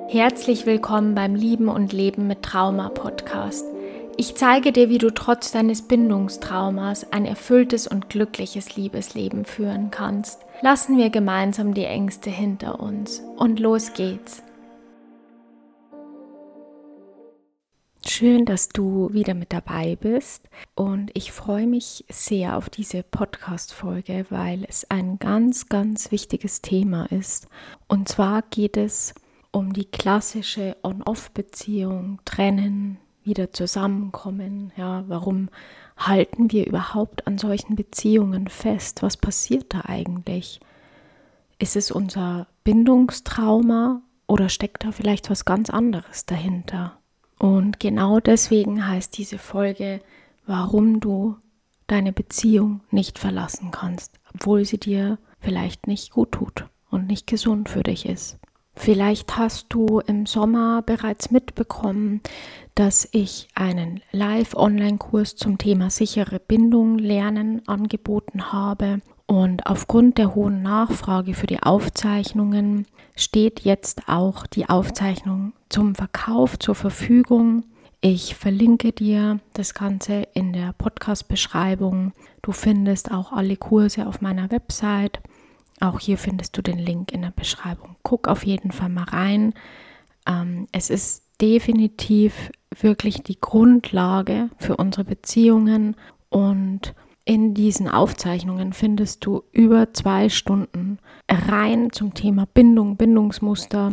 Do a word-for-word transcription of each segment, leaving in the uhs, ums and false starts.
Herzlich willkommen beim Lieben und Leben mit Trauma Podcast. Ich zeige dir, wie du trotz deines Bindungstraumas ein erfülltes und glückliches Liebesleben führen kannst. Lassen wir gemeinsam die Ängste hinter uns und los geht's. Schön, dass du wieder mit dabei bist und ich freue mich sehr auf diese Podcast-Folge, weil es ein ganz, ganz wichtiges Thema ist. Und zwar geht es um die klassische On-Off-Beziehung, trennen, wieder zusammenkommen. Ja, warum halten wir überhaupt an solchen Beziehungen fest? Was passiert da eigentlich? Ist es unser Bindungstrauma oder steckt da vielleicht was ganz anderes dahinter? Und genau deswegen heißt diese Folge, warum du deine Beziehung nicht verlassen kannst, obwohl sie dir vielleicht nicht gut tut und nicht gesund für dich ist. Vielleicht hast du im Sommer bereits mitbekommen, dass ich einen Live-Online-Kurs zum Thema sichere Bindung lernen angeboten habe. Und aufgrund der hohen Nachfrage für die Aufzeichnungen steht jetzt auch die Aufzeichnung zum Verkauf zur Verfügung. Ich verlinke dir das Ganze in der Podcast-Beschreibung. Du findest auch alle Kurse auf meiner Website. Auch hier findest du den Link in der Beschreibung. Guck auf jeden Fall mal rein. Ähm, es ist definitiv wirklich die Grundlage für unsere Beziehungen und in diesen Aufzeichnungen findest du über zwei Stunden rein zum Thema Bindung, Bindungsmuster.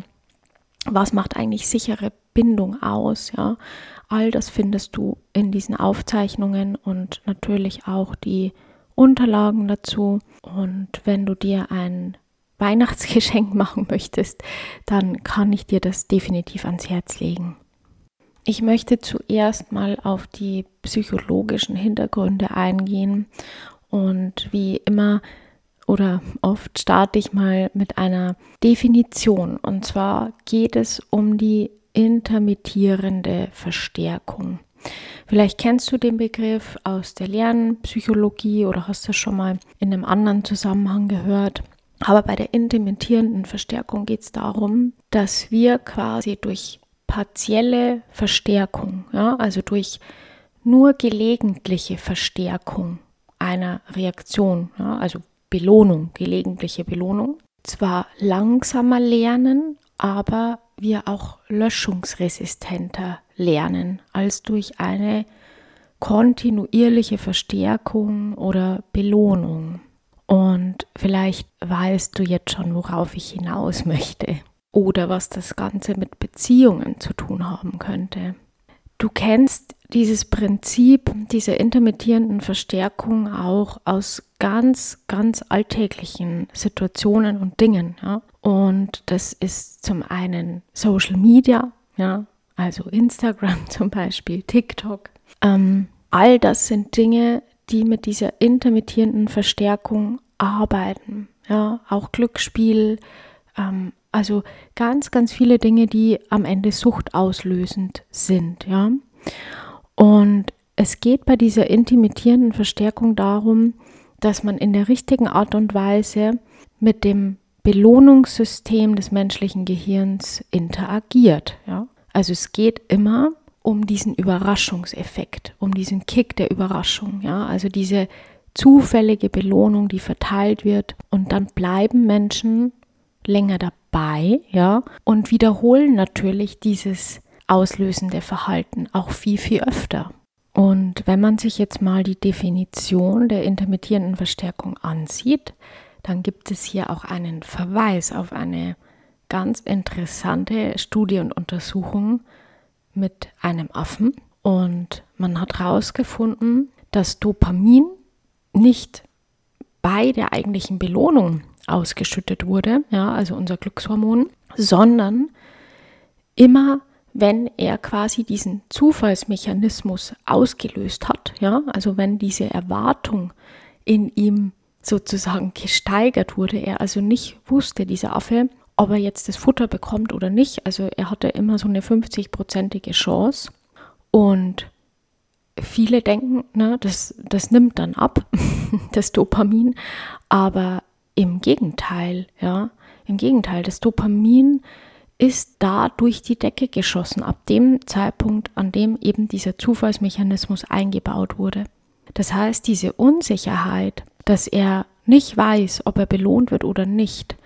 Was macht eigentlich sichere Bindung aus? Ja, all das findest du in diesen Aufzeichnungen und natürlich auch die Unterlagen dazu. Und wenn du dir ein Weihnachtsgeschenk machen möchtest, dann kann ich dir das definitiv ans Herz legen. Ich möchte zuerst mal auf die psychologischen Hintergründe eingehen und wie immer oder oft starte ich mal mit einer Definition. Und zwar geht es um die intermittierende Verstärkung. Vielleicht kennst du den Begriff aus der Lernpsychologie oder hast das schon mal in einem anderen Zusammenhang gehört. Aber bei der intermittierenden Verstärkung geht es darum, dass wir quasi durch partielle Verstärkung, ja, also durch nur gelegentliche Verstärkung einer Reaktion, ja, also Belohnung, gelegentliche Belohnung, zwar langsamer lernen, aber wir auch löschungsresistenter lernen als durch eine kontinuierliche Verstärkung oder Belohnung. Und vielleicht weißt du jetzt schon, worauf ich hinaus möchte oder was das Ganze mit Beziehungen zu tun haben könnte. Du kennst dieses Prinzip dieser intermittierenden Verstärkung auch aus ganz, ganz alltäglichen Situationen und Dingen. Ja? Und das ist zum einen Social Media, ja, also Instagram zum Beispiel, TikTok. Ähm, all das sind Dinge, die mit dieser intermittierenden Verstärkung arbeiten. Ja, auch Glücksspiel, ähm, also ganz, ganz viele Dinge, die am Ende suchtauslösend sind. Ja? Und es geht bei dieser intermittierenden Verstärkung darum, dass man in der richtigen Art und Weise mit dem Belohnungssystem des menschlichen Gehirns interagiert. Ja? Also es geht immer um diesen Überraschungseffekt, um diesen Kick der Überraschung. Ja? Also diese zufällige Belohnung, die verteilt wird und dann bleiben Menschen länger dabei, ja, und wiederholen natürlich dieses auslösende Verhalten auch viel, viel öfter. Und wenn man sich jetzt mal die Definition der intermittierenden Verstärkung ansieht, dann gibt es hier auch einen Verweis auf eine ganz interessante Studie und Untersuchung mit einem Affen. Und man hat herausgefunden, dass Dopamin nicht bei der eigentlichen Belohnung ausgeschüttet wurde, ja, also unser Glückshormon, sondern immer, wenn er quasi diesen Zufallsmechanismus ausgelöst hat, ja, also wenn diese Erwartung in ihm sozusagen gesteigert wurde, er also nicht wusste, dieser Affe, ob er jetzt das Futter bekommt oder nicht, also er hatte immer so eine fünfzig-prozentige Chance und viele denken, ne, das, das nimmt dann ab, das Dopamin, aber im Gegenteil, ja, im Gegenteil, das Dopamin ist da durch die Decke geschossen, ab dem Zeitpunkt, an dem eben dieser Zufallsmechanismus eingebaut wurde. Das heißt, diese Unsicherheit, dass er nicht weiß, ob er belohnt wird oder nicht,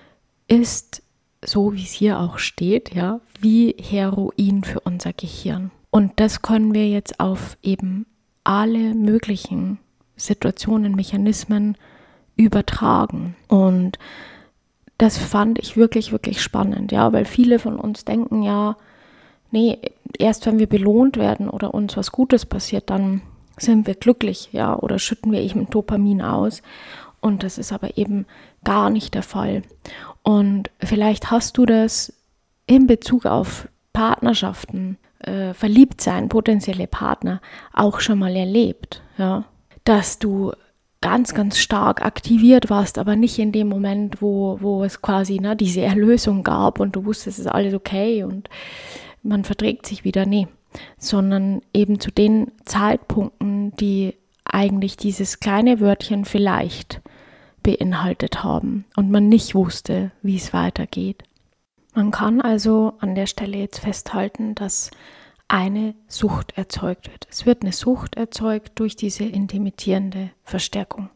ist, so wie es hier auch steht, ja, wie Heroin für unser Gehirn. Und das können wir jetzt auf eben alle möglichen Situationen, Mechanismen übertragen. Und das fand ich wirklich, wirklich spannend, ja, weil viele von uns denken ja, nee, erst wenn wir belohnt werden oder uns was Gutes passiert, dann sind wir glücklich, ja, oder schütten wir eben Dopamin aus. Und das ist aber eben gar nicht der Fall. Und vielleicht hast du das in Bezug auf Partnerschaften, äh, Verliebtsein, potenzielle Partner auch schon mal erlebt, ja, dass du ganz, ganz stark aktiviert warst, aber nicht in dem Moment, wo, wo es quasi ne, diese Erlösung gab und du wusstest, es ist alles okay und man verträgt sich wieder, nee, sondern eben zu den Zeitpunkten, die eigentlich dieses kleine Wörtchen vielleicht beinhaltet haben und man nicht wusste, wie es weitergeht. Man kann also an der Stelle jetzt festhalten, dass eine Sucht erzeugt wird. Es wird eine Sucht erzeugt durch diese intimidierende Verstärkung.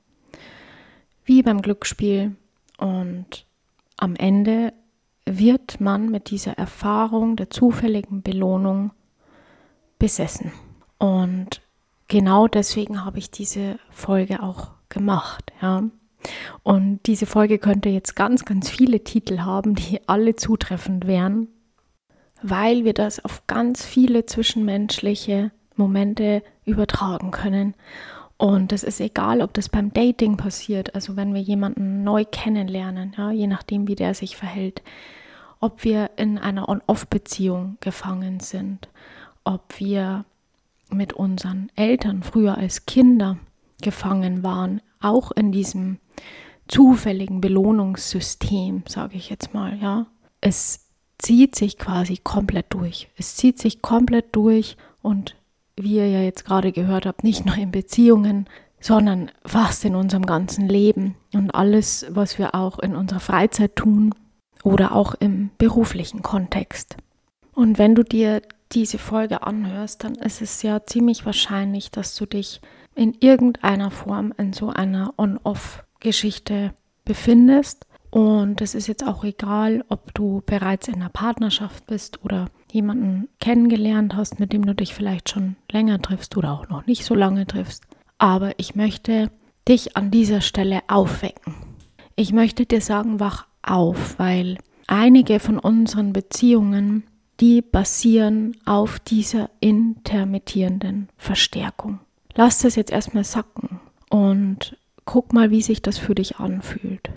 Wie beim Glücksspiel. Und am Ende wird man mit dieser Erfahrung der zufälligen Belohnung besessen. Und genau deswegen habe ich diese Folge auch gemacht. Ja. Und diese Folge könnte jetzt ganz, ganz viele Titel haben, die alle zutreffend wären, weil wir das auf ganz viele zwischenmenschliche Momente übertragen können. Und es ist egal, ob das beim Dating passiert, also wenn wir jemanden neu kennenlernen, ja, je nachdem, wie der sich verhält, ob wir in einer On-Off-Beziehung gefangen sind, ob wir mit unseren Eltern früher als Kinder gefangen waren, auch in diesem zufälligen Belohnungssystem, sage ich jetzt mal, ja. Es zieht sich quasi komplett durch. Es zieht sich komplett durch und wie ihr ja jetzt gerade gehört habt, nicht nur in Beziehungen, sondern fast in unserem ganzen Leben und alles, was wir auch in unserer Freizeit tun oder auch im beruflichen Kontext. Und wenn du dir diese Folge anhörst, dann ist es ja ziemlich wahrscheinlich, dass du dich in irgendeiner Form in so einer On-Off-Geschichte befindest. Und es ist jetzt auch egal, ob du bereits in einer Partnerschaft bist oder jemanden kennengelernt hast, mit dem du dich vielleicht schon länger triffst oder auch noch nicht so lange triffst. Aber ich möchte dich an dieser Stelle aufwecken. Ich möchte dir sagen, wach auf, weil einige von unseren Beziehungen, die basieren auf dieser intermittierenden Verstärkung. Lass das jetzt erstmal sacken und guck mal, wie sich das für dich anfühlt.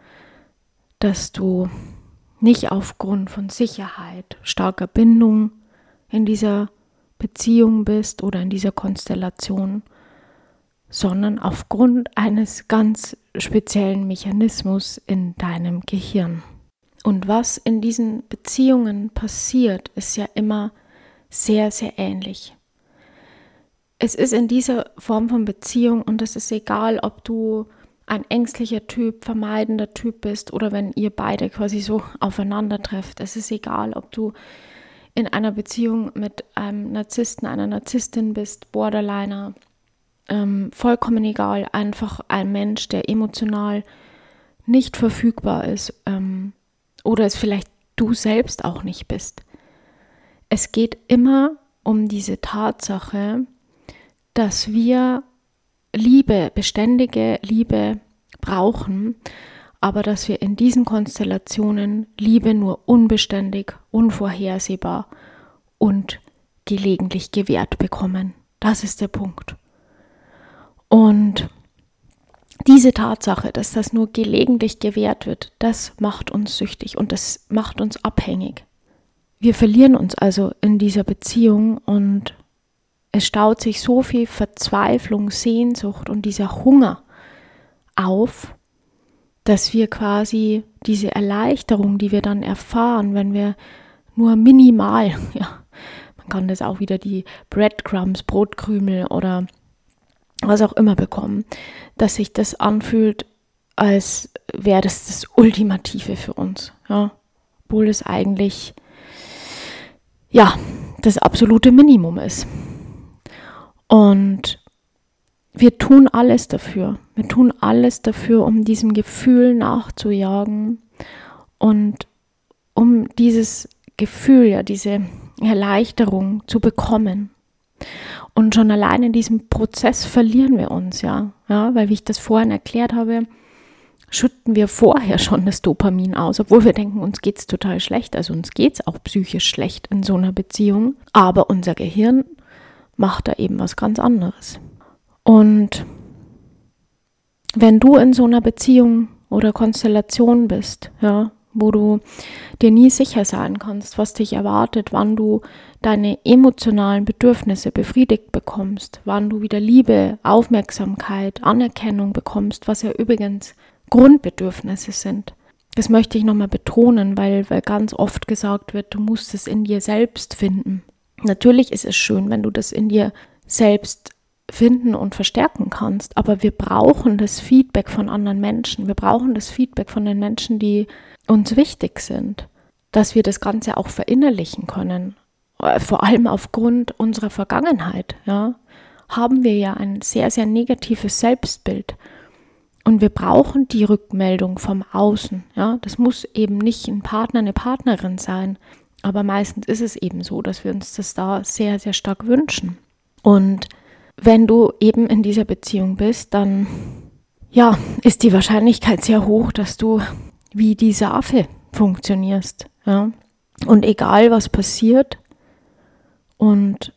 Dass du nicht aufgrund von Sicherheit, starker Bindung in dieser Beziehung bist oder in dieser Konstellation, sondern aufgrund eines ganz speziellen Mechanismus in deinem Gehirn. Und was in diesen Beziehungen passiert, ist ja immer sehr, sehr ähnlich. Es ist in dieser Form von Beziehung und es ist egal, ob du ein ängstlicher Typ, vermeidender Typ bist oder wenn ihr beide quasi so aufeinander trefft. Es ist egal, ob du in einer Beziehung mit einem Narzissten, einer Narzisstin bist, Borderliner, ähm, vollkommen egal, einfach ein Mensch, der emotional nicht verfügbar ist ähm, oder es vielleicht du selbst auch nicht bist. Es geht immer um diese Tatsache, dass wir Liebe, beständige Liebe brauchen, aber dass wir in diesen Konstellationen Liebe nur unbeständig, unvorhersehbar und gelegentlich gewährt bekommen. Das ist der Punkt. Und diese Tatsache, dass das nur gelegentlich gewährt wird, das macht uns süchtig und das macht uns abhängig. Wir verlieren uns also in dieser Beziehung und es staut sich so viel Verzweiflung, Sehnsucht und dieser Hunger auf, dass wir quasi diese Erleichterung, die wir dann erfahren, wenn wir nur minimal, ja, man kann das auch wieder die Breadcrumbs, Brotkrümel oder was auch immer bekommen, dass sich das anfühlt, als wäre das das Ultimative für uns, ja, obwohl es eigentlich ja das absolute Minimum ist. Und wir tun alles dafür. Wir tun alles dafür, um diesem Gefühl nachzujagen und um dieses Gefühl, ja, diese Erleichterung zu bekommen. Und schon allein in diesem Prozess verlieren wir uns, ja, ja, weil wie ich das vorhin erklärt habe, schütten wir vorher schon das Dopamin aus, obwohl wir denken, uns geht es total schlecht, also uns geht es auch psychisch schlecht in so einer Beziehung, aber unser Gehirn macht da eben was ganz anderes. Und wenn du in so einer Beziehung oder Konstellation bist, ja, wo du dir nie sicher sein kannst, was dich erwartet, wann du deine emotionalen Bedürfnisse befriedigt bekommst, wann du wieder Liebe, Aufmerksamkeit, Anerkennung bekommst, was ja übrigens Grundbedürfnisse sind. Das möchte ich nochmal betonen, weil, weil ganz oft gesagt wird, du musst es in dir selbst finden. Natürlich ist es schön, wenn du das in dir selbst finden und verstärken kannst, aber wir brauchen das Feedback von anderen Menschen. Wir brauchen das Feedback von den Menschen, die uns wichtig sind, dass wir das Ganze auch verinnerlichen können. Vor allem aufgrund unserer Vergangenheit, ja, haben wir ja ein sehr, sehr negatives Selbstbild. Und wir brauchen die Rückmeldung vom Außen. Ja. Das muss eben nicht ein Partner, eine Partnerin sein, aber meistens ist es eben so, dass wir uns das da sehr, sehr stark wünschen. Und wenn du eben in dieser Beziehung bist, dann ja, ist die Wahrscheinlichkeit sehr hoch, dass du wie die Safe funktionierst. Ja? Und egal, was passiert, und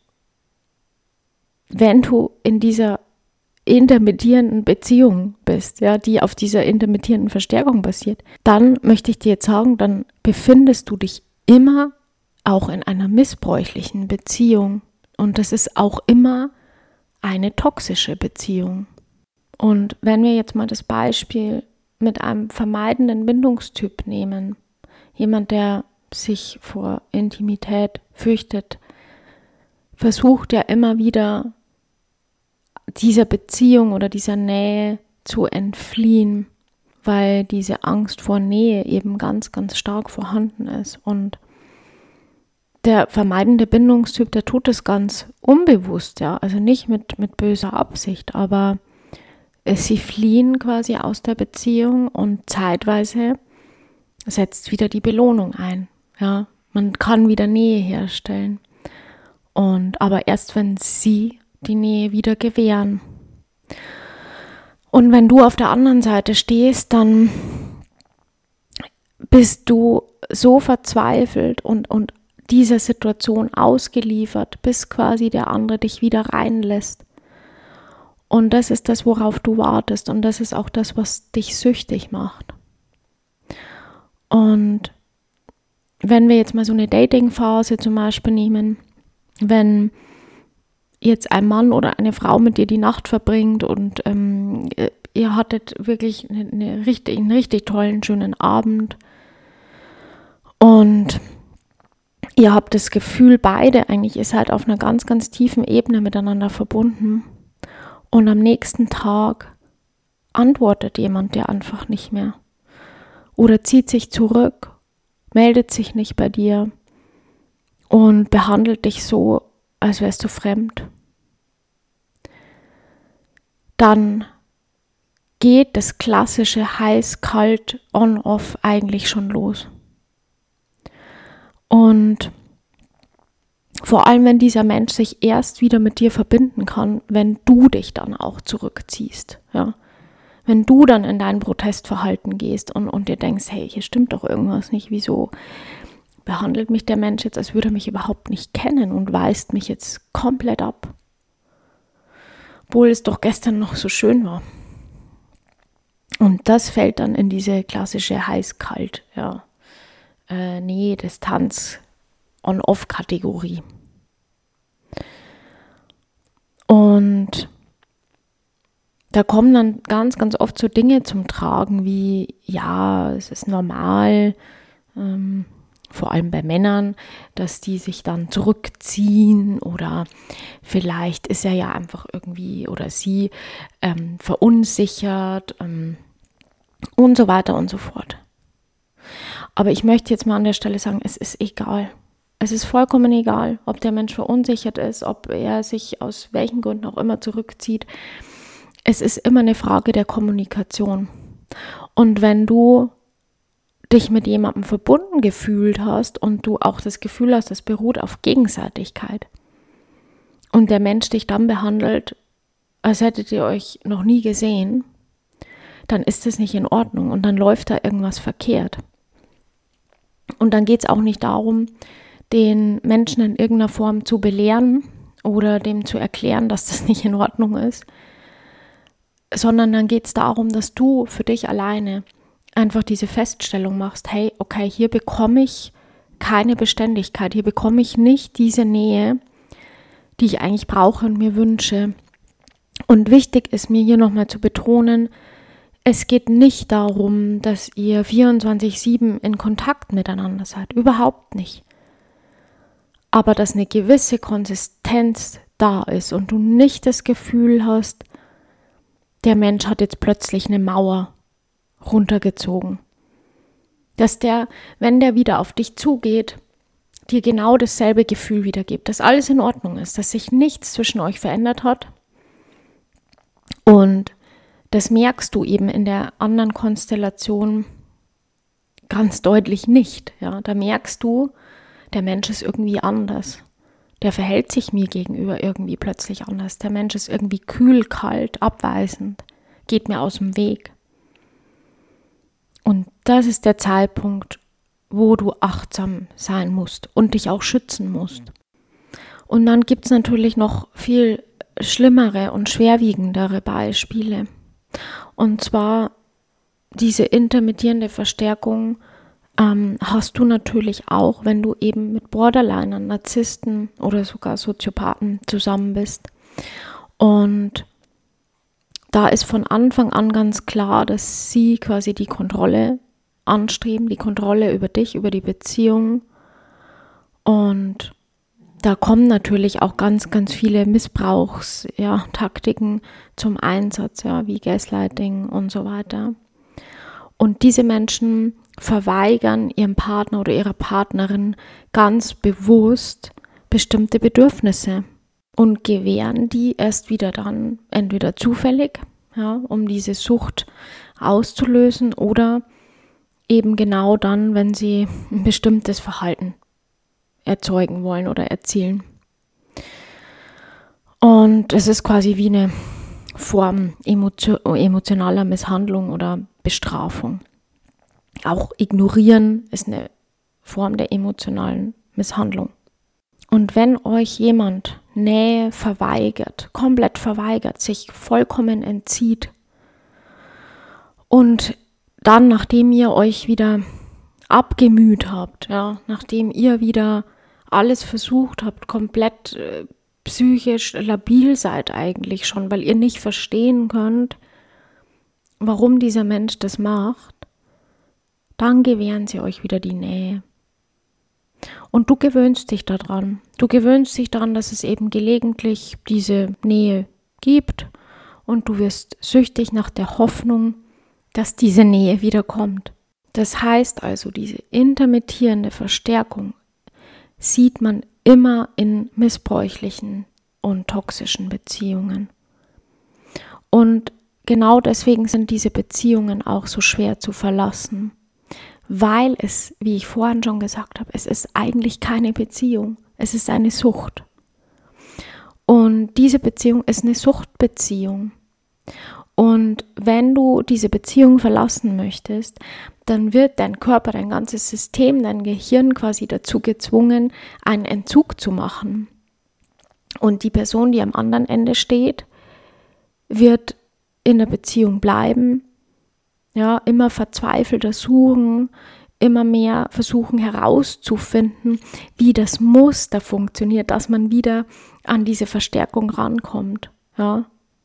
wenn du in dieser intermittierenden Beziehung bist, ja, die auf dieser intermittierenden Verstärkung basiert, dann möchte ich dir jetzt sagen, dann befindest du dich immer auch in einer missbräuchlichen Beziehung. Und das ist auch immer eine toxische Beziehung. Und wenn wir jetzt mal das Beispiel mit einem vermeidenden Bindungstyp nehmen, jemand, der sich vor Intimität fürchtet, versucht ja immer wieder dieser Beziehung oder dieser Nähe zu entfliehen, weil diese Angst vor Nähe eben ganz, ganz stark vorhanden ist. Und der vermeidende Bindungstyp, der tut es ganz unbewusst, ja, also nicht mit, mit böser Absicht, aber sie fliehen quasi aus der Beziehung und zeitweise setzt wieder die Belohnung ein, ja, man kann wieder Nähe herstellen und aber erst wenn sie die Nähe wieder gewähren. Und wenn du auf der anderen Seite stehst, dann bist du so verzweifelt und, und dieser Situation ausgeliefert, bis quasi der andere dich wieder reinlässt. Und das ist das, worauf du wartest. Und das ist auch das, was dich süchtig macht. Und wenn wir jetzt mal so eine Dating-Phase zum Beispiel nehmen, wenn jetzt ein Mann oder eine Frau mit dir die Nacht verbringt und ähm, ihr hattet wirklich eine, eine richtig, einen richtig tollen, schönen Abend und ihr habt das Gefühl, beide eigentlich, ihr seid auf einer ganz, ganz tiefen Ebene miteinander verbunden und am nächsten Tag antwortet jemand dir einfach nicht mehr oder zieht sich zurück, meldet sich nicht bei dir und behandelt dich so, als wärst du fremd. Dann geht das klassische heiß-kalt on-off eigentlich schon los. Und vor allem, wenn dieser Mensch sich erst wieder mit dir verbinden kann, wenn du dich dann auch zurückziehst. Ja? Wenn du dann in dein Protestverhalten gehst und, und dir denkst, hey, hier stimmt doch irgendwas nicht, wieso behandelt mich der Mensch jetzt, als würde er mich überhaupt nicht kennen und weist mich jetzt komplett ab. Obwohl es doch gestern noch so schön war. Und das fällt dann in diese klassische heiß-kalt, ja, äh, Nähe, Distanz, On-Off-Kategorie. Und da kommen dann ganz, ganz oft so Dinge zum Tragen wie, ja, es ist normal, ähm, vor allem bei Männern, dass die sich dann zurückziehen oder vielleicht ist er ja einfach irgendwie oder sie ähm, verunsichert ähm, und so weiter und so fort. Aber ich möchte jetzt mal an der Stelle sagen, es ist egal. Es ist vollkommen egal, ob der Mensch verunsichert ist, ob er sich aus welchen Gründen auch immer zurückzieht. Es ist immer eine Frage der Kommunikation. Und wenn du dich mit jemandem verbunden gefühlt hast und du auch das Gefühl hast, das beruht auf Gegenseitigkeit und der Mensch dich dann behandelt, als hättet ihr euch noch nie gesehen, dann ist das nicht in Ordnung und dann läuft da irgendwas verkehrt. Und dann geht es auch nicht darum, den Menschen in irgendeiner Form zu belehren oder dem zu erklären, dass das nicht in Ordnung ist, sondern dann geht es darum, dass du für dich alleine einfach diese Feststellung machst, hey, okay, hier bekomme ich keine Beständigkeit, hier bekomme ich nicht diese Nähe, die ich eigentlich brauche und mir wünsche. Und wichtig ist mir hier nochmal zu betonen, es geht nicht darum, dass ihr vierundzwanzig sieben in Kontakt miteinander seid, überhaupt nicht. Aber dass eine gewisse Konsistenz da ist und du nicht das Gefühl hast, der Mensch hat jetzt plötzlich eine Mauer runtergezogen. Dass der, wenn der wieder auf dich zugeht, dir genau dasselbe Gefühl wiedergibt, dass alles in Ordnung ist, dass sich nichts zwischen euch verändert hat. Und das merkst du eben in der anderen Konstellation ganz deutlich nicht. Ja? Da merkst du, der Mensch ist irgendwie anders. Der verhält sich mir gegenüber irgendwie plötzlich anders. Der Mensch ist irgendwie kühl, kalt, abweisend, geht mir aus dem Weg. Und das ist der Zeitpunkt, wo du achtsam sein musst und dich auch schützen musst. Und dann gibt es natürlich noch viel schlimmere und schwerwiegendere Beispiele. Und zwar diese intermittierende Verstärkung ähm, hast du natürlich auch, wenn du eben mit Borderlinern, Narzissten oder sogar Soziopathen zusammen bist. Und da ist von Anfang an ganz klar, dass sie quasi die Kontrolle anstreben, die Kontrolle über dich, über die Beziehung. Und da kommen natürlich auch ganz, ganz viele Missbrauchstaktiken ja, zum Einsatz, ja, wie Gaslighting und so weiter. Und diese Menschen verweigern ihrem Partner oder ihrer Partnerin ganz bewusst bestimmte Bedürfnisse und gewähren die erst wieder dann entweder zufällig, ja, um diese Sucht auszulösen, oder eben genau dann, wenn sie ein bestimmtes Verhalten erzeugen wollen oder erzielen. Und es ist quasi wie eine Form emotio- emotionaler Misshandlung oder Bestrafung. Auch ignorieren ist eine Form der emotionalen Misshandlung. Und wenn euch jemand Nähe verweigert, komplett verweigert, sich vollkommen entzieht und dann, nachdem ihr euch wieder abgemüht habt, ja, nachdem ihr wieder alles versucht habt, komplett äh, psychisch labil seid eigentlich schon, weil ihr nicht verstehen könnt, warum dieser Mensch das macht, dann gewähren sie euch wieder die Nähe. Und du gewöhnst dich daran. Du gewöhnst dich daran, dass es eben gelegentlich diese Nähe gibt und du wirst süchtig nach der Hoffnung, dass diese Nähe wieder kommt. Das heißt also, diese intermittierende Verstärkung sieht man immer in missbräuchlichen und toxischen Beziehungen. Und genau deswegen sind diese Beziehungen auch so schwer zu verlassen, weil es, wie ich vorhin schon gesagt habe, es ist eigentlich keine Beziehung, es ist eine Sucht. Und diese Beziehung ist eine Suchtbeziehung. Und wenn du diese Beziehung verlassen möchtest, dann wird dein Körper, dein ganzes System, dein Gehirn quasi dazu gezwungen, einen Entzug zu machen. Und die Person, die am anderen Ende steht, wird in der Beziehung bleiben, ja, immer verzweifelter suchen, immer mehr versuchen herauszufinden, wie das Muster funktioniert, dass man wieder an diese Verstärkung rankommt, ja.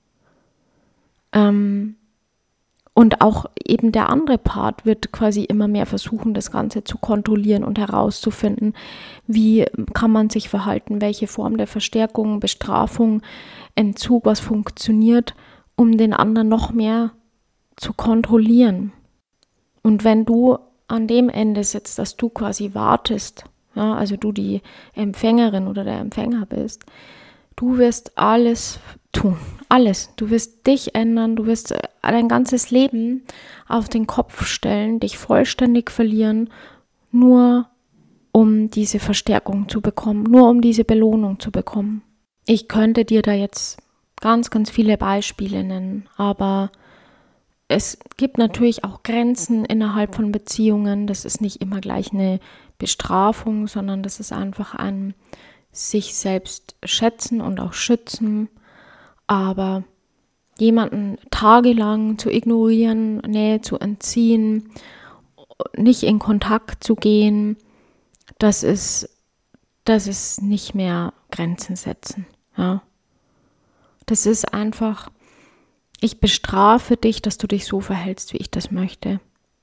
Ähm, und auch eben der andere Part wird quasi immer mehr versuchen, das Ganze zu kontrollieren und herauszufinden, wie kann man sich verhalten, welche Form der Verstärkung, Bestrafung, Entzug, was funktioniert, um den anderen noch mehr zu kontrollieren. Und wenn du an dem Ende sitzt, dass du quasi wartest, ja, also du die Empfängerin oder der Empfänger bist, du wirst alles tun, alles. Du wirst dich ändern, du wirst dein ganzes Leben auf den Kopf stellen, dich vollständig verlieren, nur um diese Verstärkung zu bekommen, nur um diese Belohnung zu bekommen. Ich könnte dir da jetzt ganz, ganz viele Beispiele nennen, aber es gibt natürlich auch Grenzen innerhalb von Beziehungen. Das ist nicht immer gleich eine Bestrafung, sondern das ist einfach ein sich selbst schätzen und auch schützen. Aber jemanden tagelang zu ignorieren, Nähe zu entziehen, nicht in Kontakt zu gehen, das ist, das ist nicht mehr Grenzen setzen. Ja. Das ist einfach, ich bestrafe dich, dass du dich so verhältst, wie ich das möchte.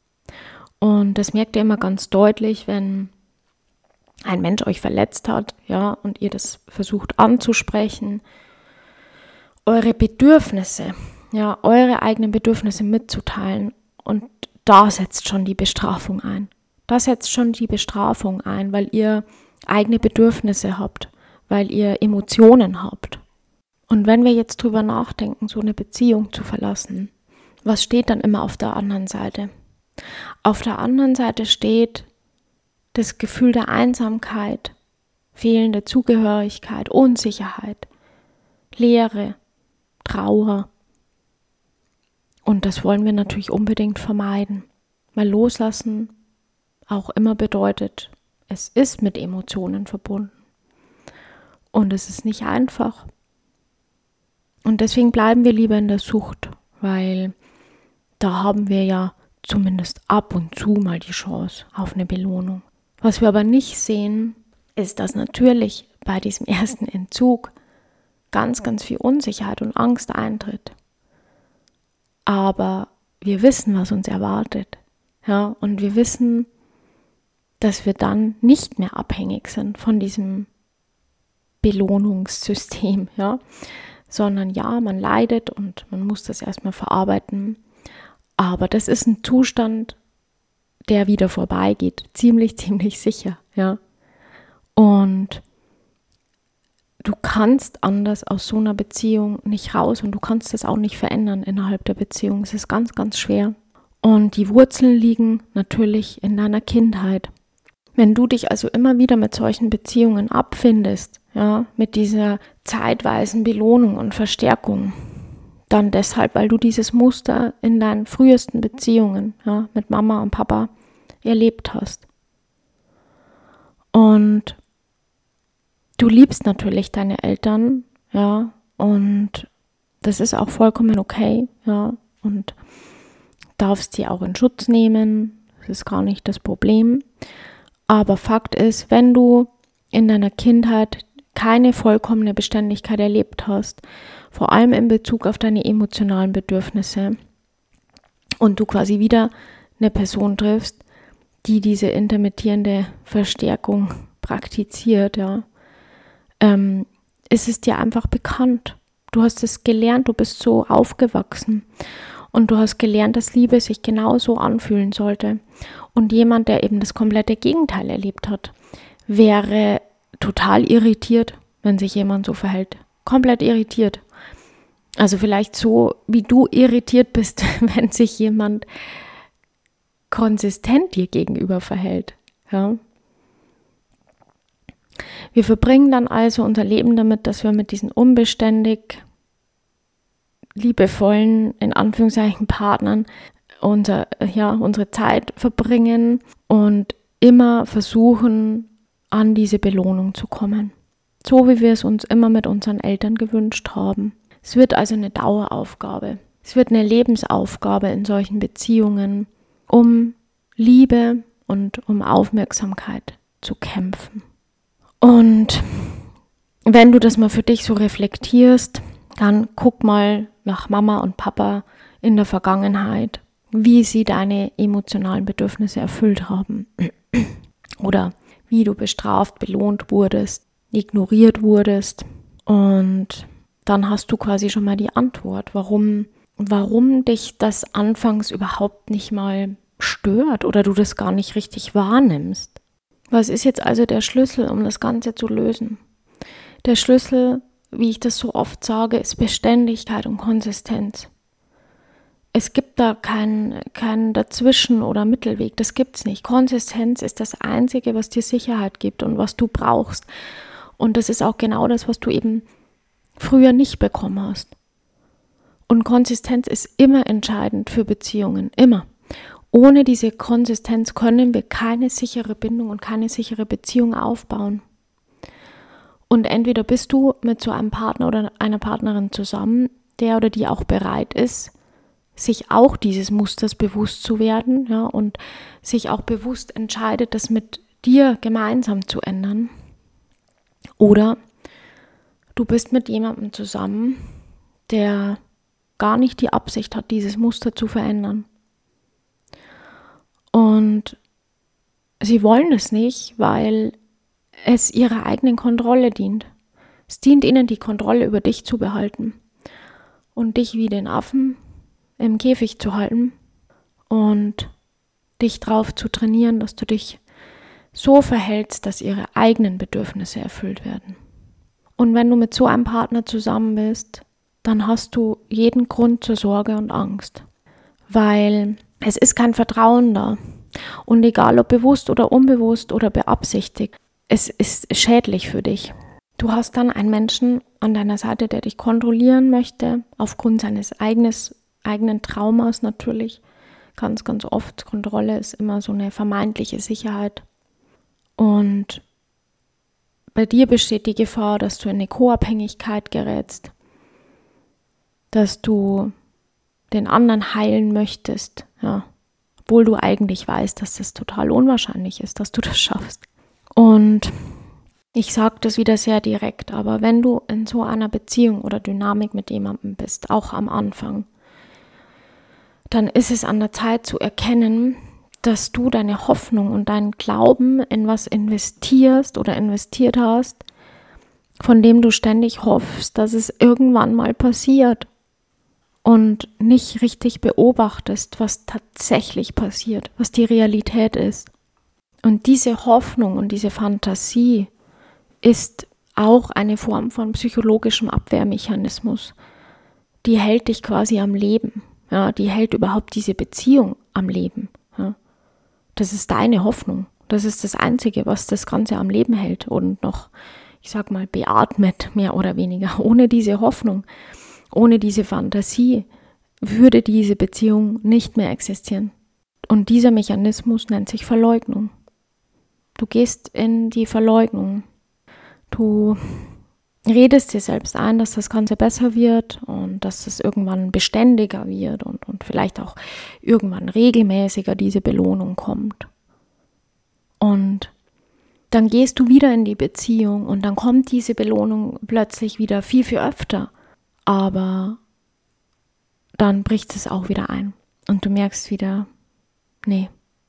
Und das merkt ihr immer ganz deutlich, wenn ein Mensch euch verletzt hat, ja, und ihr das versucht anzusprechen, eure Bedürfnisse, ja, eure eigenen Bedürfnisse mitzuteilen, und da setzt schon die Bestrafung ein. Da setzt schon die Bestrafung ein, weil ihr eigene Bedürfnisse habt, weil ihr Emotionen habt. Und wenn wir jetzt drüber nachdenken, so eine Beziehung zu verlassen, was steht dann immer auf der anderen Seite? Auf der anderen Seite steht das Gefühl der Einsamkeit, fehlende Zugehörigkeit, Unsicherheit, Leere, Trauer. Und das wollen wir natürlich unbedingt vermeiden, weil Loslassen auch immer bedeutet, es ist mit Emotionen verbunden. Und es ist nicht einfach. Und deswegen bleiben wir lieber in der Sucht, weil da haben wir ja zumindest ab und zu mal die Chance auf eine Belohnung. Was wir aber nicht sehen, ist, dass natürlich bei diesem ersten Entzug ganz, ganz viel Unsicherheit und Angst eintritt. Aber wir wissen, was uns erwartet. Ja, und wir wissen, dass wir dann nicht mehr abhängig sind von diesem Belohnungssystem, ja, sondern ja, man leidet und man muss das erstmal verarbeiten, aber das ist ein Zustand, der wieder vorbeigeht, ziemlich, ziemlich sicher, ja, und du kannst anders aus so einer Beziehung nicht raus und du kannst das auch nicht verändern innerhalb der Beziehung, es ist ganz, ganz schwer und die Wurzeln liegen natürlich in deiner Kindheit. Wenn du dich also immer wieder mit solchen Beziehungen abfindest, ja, mit dieser zeitweisen Belohnung und Verstärkung, dann deshalb, weil du dieses Muster in deinen frühesten Beziehungen, ja, mit Mama und Papa erlebt hast. Und du liebst natürlich deine Eltern, ja, und das ist auch vollkommen okay, ja, und darfst sie auch in Schutz nehmen, das ist gar nicht das Problem. Aber Fakt ist, wenn du in deiner Kindheit keine vollkommene Beständigkeit erlebt hast, vor allem in Bezug auf deine emotionalen Bedürfnisse, und du quasi wieder eine Person triffst, die diese intermittierende Verstärkung praktiziert, ja, ähm, ist es dir einfach bekannt. Du hast es gelernt, du bist so aufgewachsen. Und du hast gelernt, dass Liebe sich genauso anfühlen sollte. Und jemand, der eben das komplette Gegenteil erlebt hat, wäre total irritiert, wenn sich jemand so verhält. Komplett irritiert. Also vielleicht so, wie du irritiert bist, wenn sich jemand konsistent dir gegenüber verhält. Ja. Wir verbringen dann also unser Leben damit, dass wir mit diesen unbeständig liebevollen, in Anführungszeichen, Partnern unser, ja, unsere Zeit verbringen und immer versuchen, an diese Belohnung zu kommen. So wie wir es uns immer mit unseren Eltern gewünscht haben. Es wird also eine Daueraufgabe. Es wird eine Lebensaufgabe in solchen Beziehungen, um Liebe und um Aufmerksamkeit zu kämpfen. Und wenn du das mal für dich so reflektierst, dann guck mal nach Mama und Papa in der Vergangenheit, wie sie deine emotionalen Bedürfnisse erfüllt haben. Oder wie du bestraft, belohnt wurdest, ignoriert wurdest. Und dann hast du quasi schon mal die Antwort, warum, warum dich das anfangs überhaupt nicht mal stört oder du das gar nicht richtig wahrnimmst. Was ist jetzt also der Schlüssel, um das Ganze zu lösen? Der Schlüssel, wie ich das so oft sage, ist Beständigkeit und Konsistenz. Es gibt da keinen kein Dazwischen- oder Mittelweg, das gibt's nicht. Konsistenz ist das Einzige, was dir Sicherheit gibt und was du brauchst. Und das ist auch genau das, was du eben früher nicht bekommen hast. Und Konsistenz ist immer entscheidend für Beziehungen, immer. Ohne diese Konsistenz können wir keine sichere Bindung und keine sichere Beziehung aufbauen. Und entweder bist du mit so einem Partner oder einer Partnerin zusammen, der oder die auch bereit ist, sich auch dieses Musters bewusst zu werden, ja, und sich auch bewusst entscheidet, das mit dir gemeinsam zu ändern. Oder du bist mit jemandem zusammen, der gar nicht die Absicht hat, dieses Muster zu verändern. Und sie wollen es nicht, weil es ihrer eigenen Kontrolle dient. Es dient ihnen, die Kontrolle über dich zu behalten und dich wie den Affen im Käfig zu halten und dich drauf zu trainieren, dass du dich so verhältst, dass ihre eigenen Bedürfnisse erfüllt werden. Und wenn du mit so einem Partner zusammen bist, dann hast du jeden Grund zur Sorge und Angst, weil es ist kein Vertrauen da. Und egal ob bewusst oder unbewusst oder beabsichtigt, es ist schädlich für dich. Du hast dann einen Menschen an deiner Seite, der dich kontrollieren möchte, aufgrund seines eigenes, eigenen Traumas natürlich. Ganz, ganz oft. Kontrolle ist immer so eine vermeintliche Sicherheit. Und bei dir besteht die Gefahr, dass du in eine Co-Abhängigkeit gerätst, dass du den anderen heilen möchtest, ja, obwohl du eigentlich weißt, dass das total unwahrscheinlich ist, dass du das schaffst. Und ich sage das wieder sehr direkt, aber wenn du in so einer Beziehung oder Dynamik mit jemandem bist, auch am Anfang, dann ist es an der Zeit zu erkennen, dass du deine Hoffnung und deinen Glauben in was investierst oder investiert hast, von dem du ständig hoffst, dass es irgendwann mal passiert und nicht richtig beobachtest, was tatsächlich passiert, was die Realität ist. Und diese Hoffnung und diese Fantasie ist auch eine Form von psychologischem Abwehrmechanismus. Die hält dich quasi am Leben. Ja, die hält überhaupt diese Beziehung am Leben. Ja. Das ist deine Hoffnung. Das ist das Einzige, was das Ganze am Leben hält und noch, ich sag mal, beatmet, mehr oder weniger. Ohne diese Hoffnung, ohne diese Fantasie würde diese Beziehung nicht mehr existieren. Und dieser Mechanismus nennt sich Verleugnung. Du gehst in die Verleugnung. Du redest dir selbst ein, dass das Ganze besser wird und dass es irgendwann beständiger wird und, und vielleicht auch irgendwann regelmäßiger diese Belohnung kommt. Und dann gehst du wieder in die Beziehung und dann kommt diese Belohnung plötzlich wieder viel, viel öfter. Aber dann bricht es auch wieder ein und du merkst wieder, nee,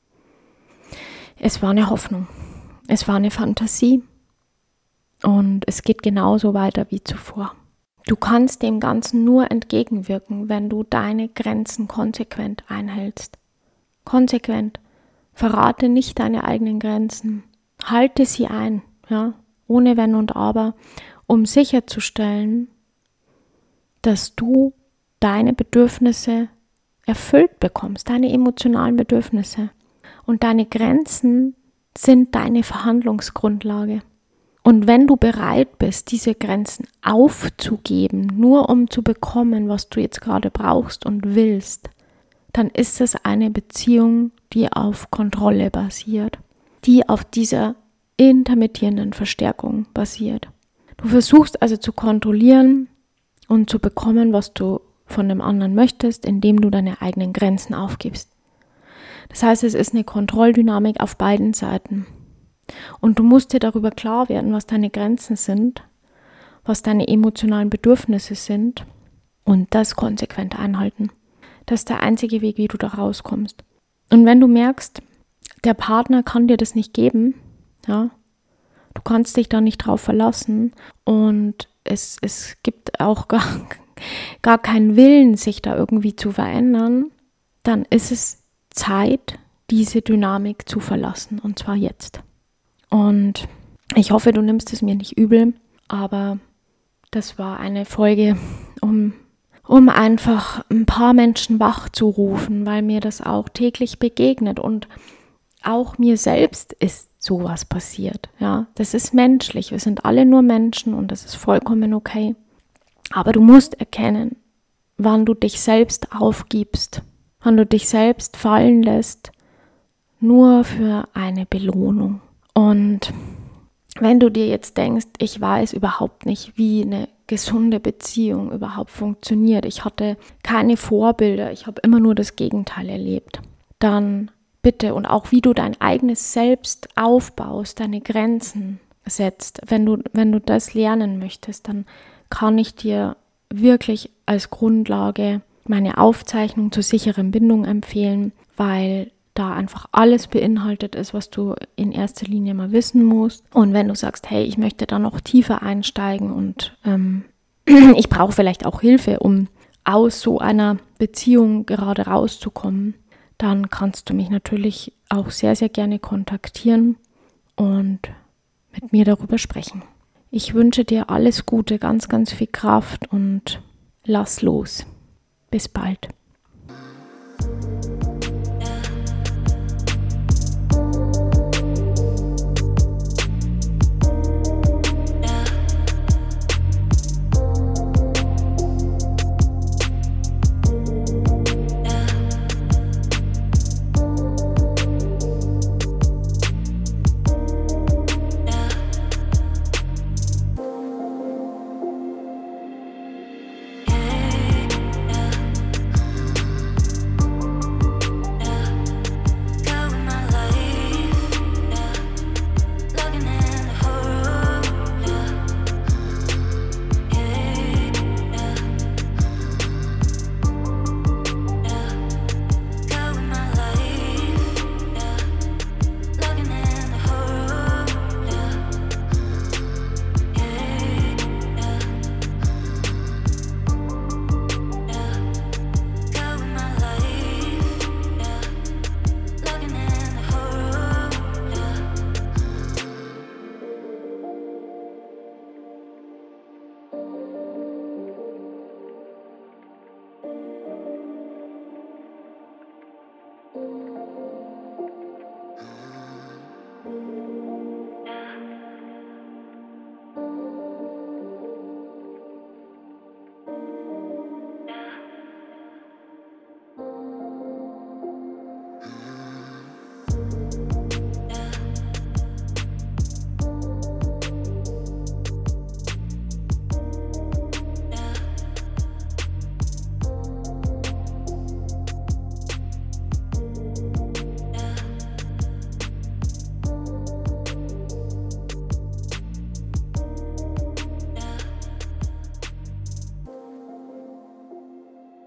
es war eine Hoffnung, es war eine Fantasie. Und es geht genauso weiter wie zuvor. Du kannst dem Ganzen nur entgegenwirken, wenn du deine Grenzen konsequent einhältst. Konsequent. Verrate nicht deine eigenen Grenzen. Halte sie ein, ja, ohne Wenn und Aber, um sicherzustellen, dass du deine Bedürfnisse erfüllt bekommst, deine emotionalen Bedürfnisse. Und deine Grenzen sind deine Verhandlungsgrundlage. Und wenn du bereit bist, diese Grenzen aufzugeben, nur um zu bekommen, was du jetzt gerade brauchst und willst, dann ist es eine Beziehung, die auf Kontrolle basiert, die auf dieser intermittierenden Verstärkung basiert. Du versuchst also zu kontrollieren und zu bekommen, was du von dem anderen möchtest, indem du deine eigenen Grenzen aufgibst. Das heißt, es ist eine Kontrolldynamik auf beiden Seiten. Und du musst dir darüber klar werden, was deine Grenzen sind, was deine emotionalen Bedürfnisse sind und das konsequent einhalten. Das ist der einzige Weg, wie du da rauskommst. Und wenn du merkst, der Partner kann dir das nicht geben, ja, du kannst dich da nicht drauf verlassen und es, es gibt auch gar, gar keinen Willen, sich da irgendwie zu verändern, dann ist es Zeit, diese Dynamik zu verlassen, und zwar jetzt. Und ich hoffe, du nimmst es mir nicht übel, aber das war eine Folge, um, um einfach ein paar Menschen wach zu rufen, weil mir das auch täglich begegnet und auch mir selbst ist sowas passiert. Ja, das ist menschlich, wir sind alle nur Menschen und das ist vollkommen okay. Aber du musst erkennen, wann du dich selbst aufgibst, wann du dich selbst fallen lässt, nur für eine Belohnung. Und wenn du dir jetzt denkst, ich weiß überhaupt nicht, wie eine gesunde Beziehung überhaupt funktioniert, ich hatte keine Vorbilder, ich habe immer nur das Gegenteil erlebt, dann bitte, und auch wie du dein eigenes Selbst aufbaust, deine Grenzen setzt, wenn du, wenn du das lernen möchtest, dann kann ich dir wirklich als Grundlage meine Aufzeichnung zur sicheren Bindung empfehlen, weil da einfach alles beinhaltet ist, was du in erster Linie mal wissen musst. Und wenn du sagst, hey, ich möchte da noch tiefer einsteigen und ähm, ich brauche vielleicht auch Hilfe, um aus so einer Beziehung gerade rauszukommen, dann kannst du mich natürlich auch sehr, sehr gerne kontaktieren und mit mir darüber sprechen. Ich wünsche dir alles Gute, ganz, ganz viel Kraft und lass los. Bis bald.